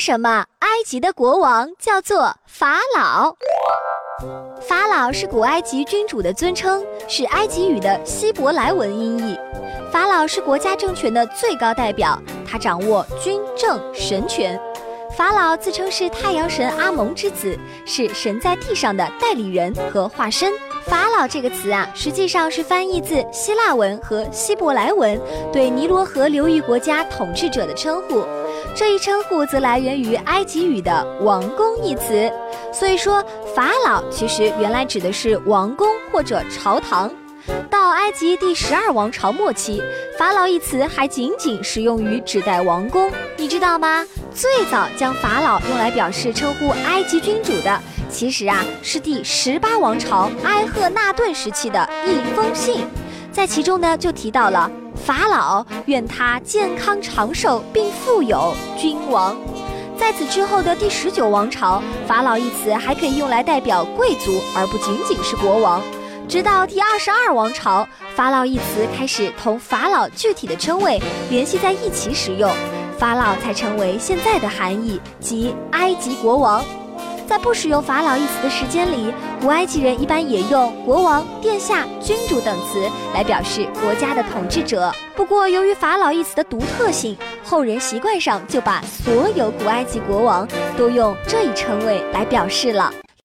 什么埃及的国王叫做法老？法老是古埃及君主的尊称，是埃及语的希伯来文音译。法老是国家政权的最高代表，他掌握军政神权。法老自称是太阳神阿蒙之子，是神在地上的代理人和化身。法老这个词实际上是翻译自希腊文和希伯来文，对尼罗河流域国家统治者的称呼。这一称呼则来源于埃及语的王公一词，所以说法老其实原来指的是王宫或者朝堂。到埃及第12王朝末期，法老一词还仅仅适用于指代王宫。你知道吗？最早将法老用来表示称呼埃及君主的，其实是第18王朝埃赫纳顿时期的一封信，在其中呢就提到了法老愿他健康长寿并富有，君王。在此之后的第19王朝，法老一词还可以用来代表贵族，而不仅仅是国王。直到第22王朝，法老一词开始同法老具体的称谓联系在一起使用，法老才成为现在的含义，即埃及国王。在不使用法老一词的时间里，古埃及人一般也用国王、殿下、君主等词来表示国家的统治者。不过由于法老一词的独特性，后人习惯上就把所有古埃及国王都用这一称谓来表示了。